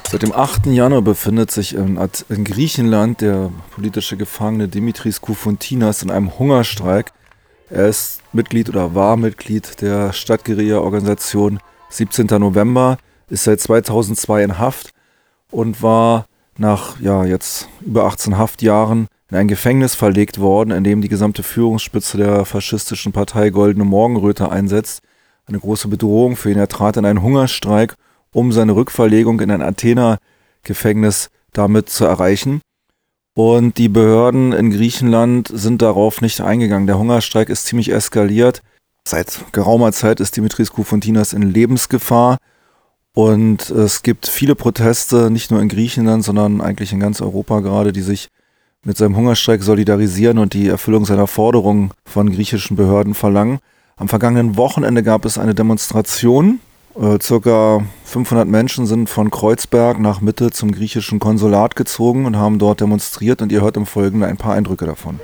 Seit dem 8. Januar befindet sich in Griechenland der politische Gefangene Dimitris Koufountinas in einem Hungerstreik. Er ist Mitglied oder war Mitglied der Stadtguerilla-Organisation 17. November, ist seit 2002 in Haft und war nach jetzt über 18 Haftjahren in ein Gefängnis verlegt worden, in dem die gesamte Führungsspitze der faschistischen Partei Goldene Morgenröte einsetzt. Eine große Bedrohung für ihn. Er trat in einen Hungerstreik, um seine Rückverlegung in ein Athener Gefängnis damit zu erreichen. Und die Behörden in Griechenland sind darauf nicht eingegangen. Der Hungerstreik ist ziemlich eskaliert. Seit geraumer Zeit ist Dimitris Koufountinas in Lebensgefahr. Und es gibt viele Proteste, nicht nur in Griechenland, sondern eigentlich in ganz Europa gerade, die sich mit seinem Hungerstreik solidarisieren und die Erfüllung seiner Forderungen von griechischen Behörden verlangen. Am vergangenen Wochenende gab es eine Demonstration. Circa 500 Menschen sind von Kreuzberg nach Mitte zum griechischen Konsulat gezogen und haben dort demonstriert, und ihr hört im Folgenden ein paar Eindrücke davon.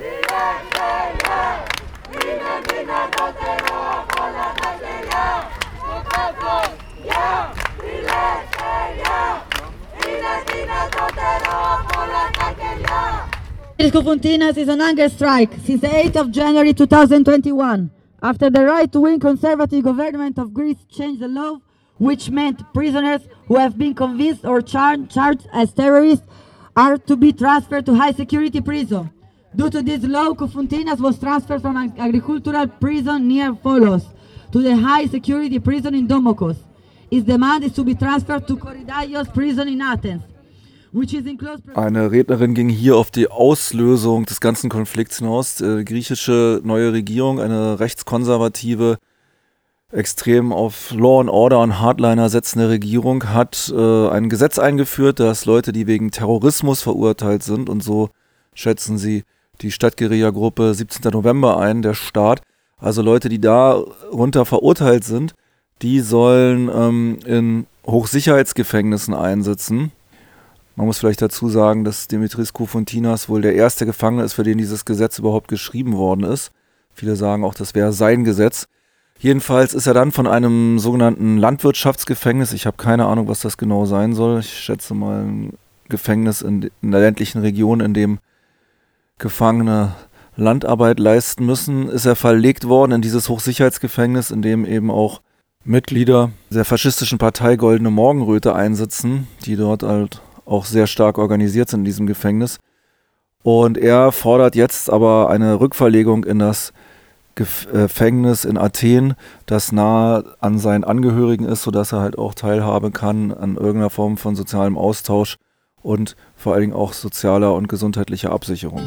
Koufountinas is on hunger strike since the 8th of January 2021. After the right-wing conservative government of Greece changed the law, which meant prisoners who have been convicted or charged as terrorists are to be transferred to high-security prison. Due to this law, Koufountinas was transferred from an agricultural prison near Folos to the high-security prison in Domokos. His demand is to be transferred to Korydaios prison in Athens. Eine Rednerin ging hier auf die Auslösung des ganzen Konflikts hinaus. Die griechische neue Regierung, eine rechtskonservative, extrem auf Law and Order und Hardliner setzende Regierung, hat ein Gesetz eingeführt, dass Leute, die wegen Terrorismus verurteilt sind, und so schätzen sie die Stadtguerilla-Gruppe 17. November ein, der Staat, also Leute, die darunter verurteilt sind, die sollen in Hochsicherheitsgefängnissen einsitzen. Man muss vielleicht dazu sagen, dass Dimitris Koufountinas wohl der erste Gefangene ist, für den dieses Gesetz überhaupt geschrieben worden ist. Viele sagen auch, das wäre sein Gesetz. Jedenfalls ist er dann von einem sogenannten Landwirtschaftsgefängnis, ich habe keine Ahnung, was das genau sein soll, ich schätze mal ein Gefängnis in der ländlichen Region, in dem Gefangene Landarbeit leisten müssen, ist er verlegt worden in dieses Hochsicherheitsgefängnis, in dem eben auch Mitglieder der faschistischen Partei Goldene Morgenröte einsitzen, die dort halt auch sehr stark organisiert sind in diesem Gefängnis. Und er fordert jetzt aber eine Rückverlegung in das Gefängnis in Athen, das nahe an seinen Angehörigen ist, sodass er halt auch teilhaben kann an irgendeiner Form von sozialem Austausch und vor allen Dingen auch sozialer und gesundheitlicher Absicherung.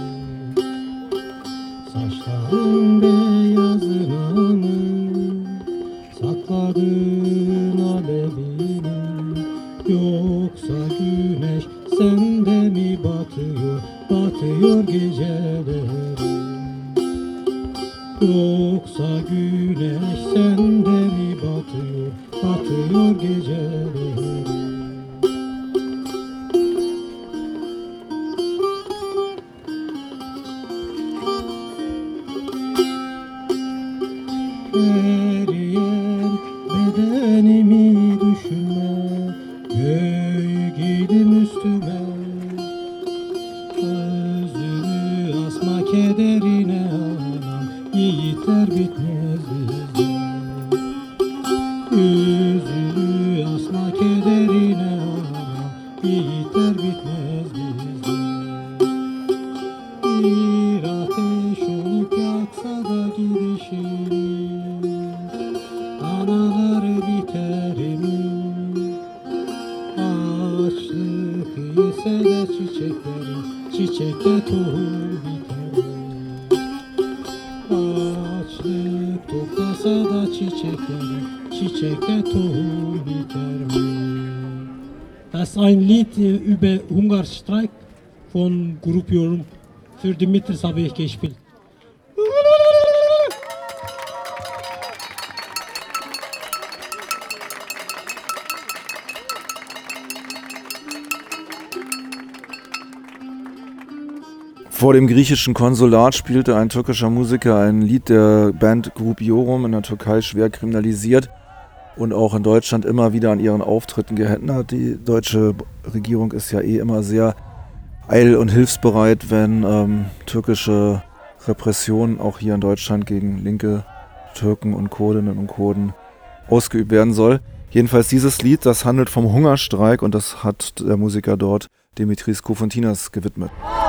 Yoksa güneş sende mi batıyor, batıyor geceleri. Yoksa güneş sende mi batıyor, batıyor geceleri. Eriyen bedenimi düşünme, giydim üstüme. Özünü asma kederine anam, yiğitler bitmez bizde. Özünü asma kederine anam, yiğitler bitmez bizde. Bir ateş olup yaksa da gidişimiz, analar biter mi? Açlık yese de çiçekte tohum biter. Açlık toplasa da çiçekte tohum biter mi? Das ist ein Lied über Hungerstreik von Gruppe Yorum. Für Dimitris habe ich gespielt. Vor dem griechischen Konsulat spielte ein türkischer Musiker ein Lied der Band Gruppe Yorum, in der Türkei schwer kriminalisiert. und auch in Deutschland immer wieder an ihren Auftritten gehalten hat. Die deutsche Regierung ist ja immer sehr eil- und hilfsbereit, wenn türkische Repressionen auch hier in Deutschland gegen linke Türken und Kurdinnen und Kurden ausgeübt werden soll. Jedenfalls dieses Lied, das handelt vom Hungerstreik und das hat der Musiker dort Dimitris Kofontinas gewidmet.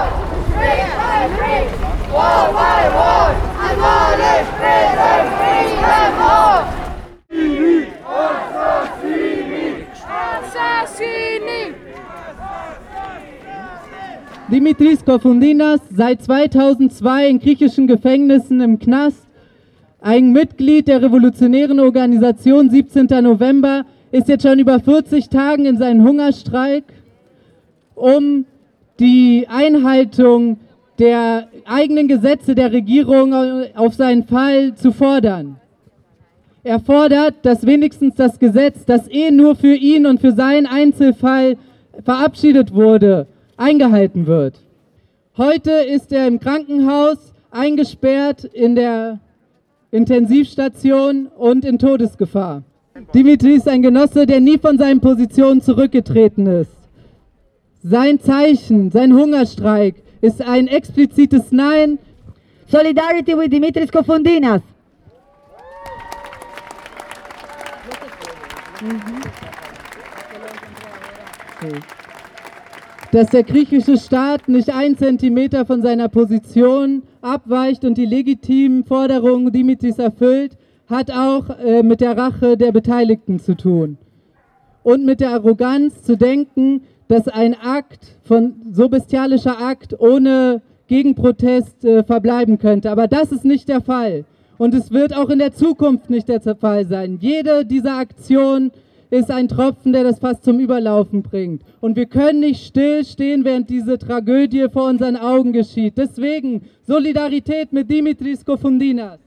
Dimitris Kofontinas, seit 2002 in griechischen Gefängnissen im Knast, ein Mitglied der revolutionären Organisation 17. November, ist jetzt schon über 40 Tagen in seinen Hungerstreik, um die Einhaltung der eigenen Gesetze der Regierung auf seinen Fall zu fordern. Er fordert, dass wenigstens das Gesetz, das nur für ihn und für seinen Einzelfall verabschiedet wurde, eingehalten wird. Heute ist er im Krankenhaus eingesperrt in der Intensivstation und in Todesgefahr. Dimitri ist ein Genosse, der nie von seinen Positionen zurückgetreten ist. Sein Zeichen, sein Hungerstreik ist ein explizites Nein. Solidarity with Dimitris Kofontinas. Dass der griechische Staat nicht 1 Zentimeter von seiner Position abweicht und die legitimen Forderungen Dimitris erfüllt, hat auch mit der Rache der Beteiligten zu tun. Und mit der Arroganz zu denken, dass ein so bestialischer Akt ohne Gegenprotest verbleiben könnte. Aber das ist nicht der Fall. Und es wird auch in der Zukunft nicht der Fall sein. Jede dieser Aktionen ist ein Tropfen, der das Fass zum Überlaufen bringt. Und wir können nicht stillstehen, während diese Tragödie vor unseren Augen geschieht. Deswegen Solidarität mit Dimitris Kofontinas.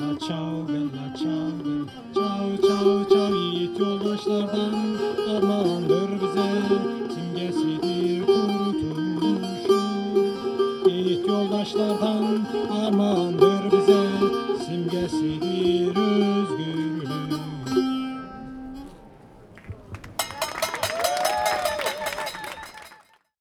Ciao, bella ciao, ciao, ciao, yiğit yoldaşlardan armağan.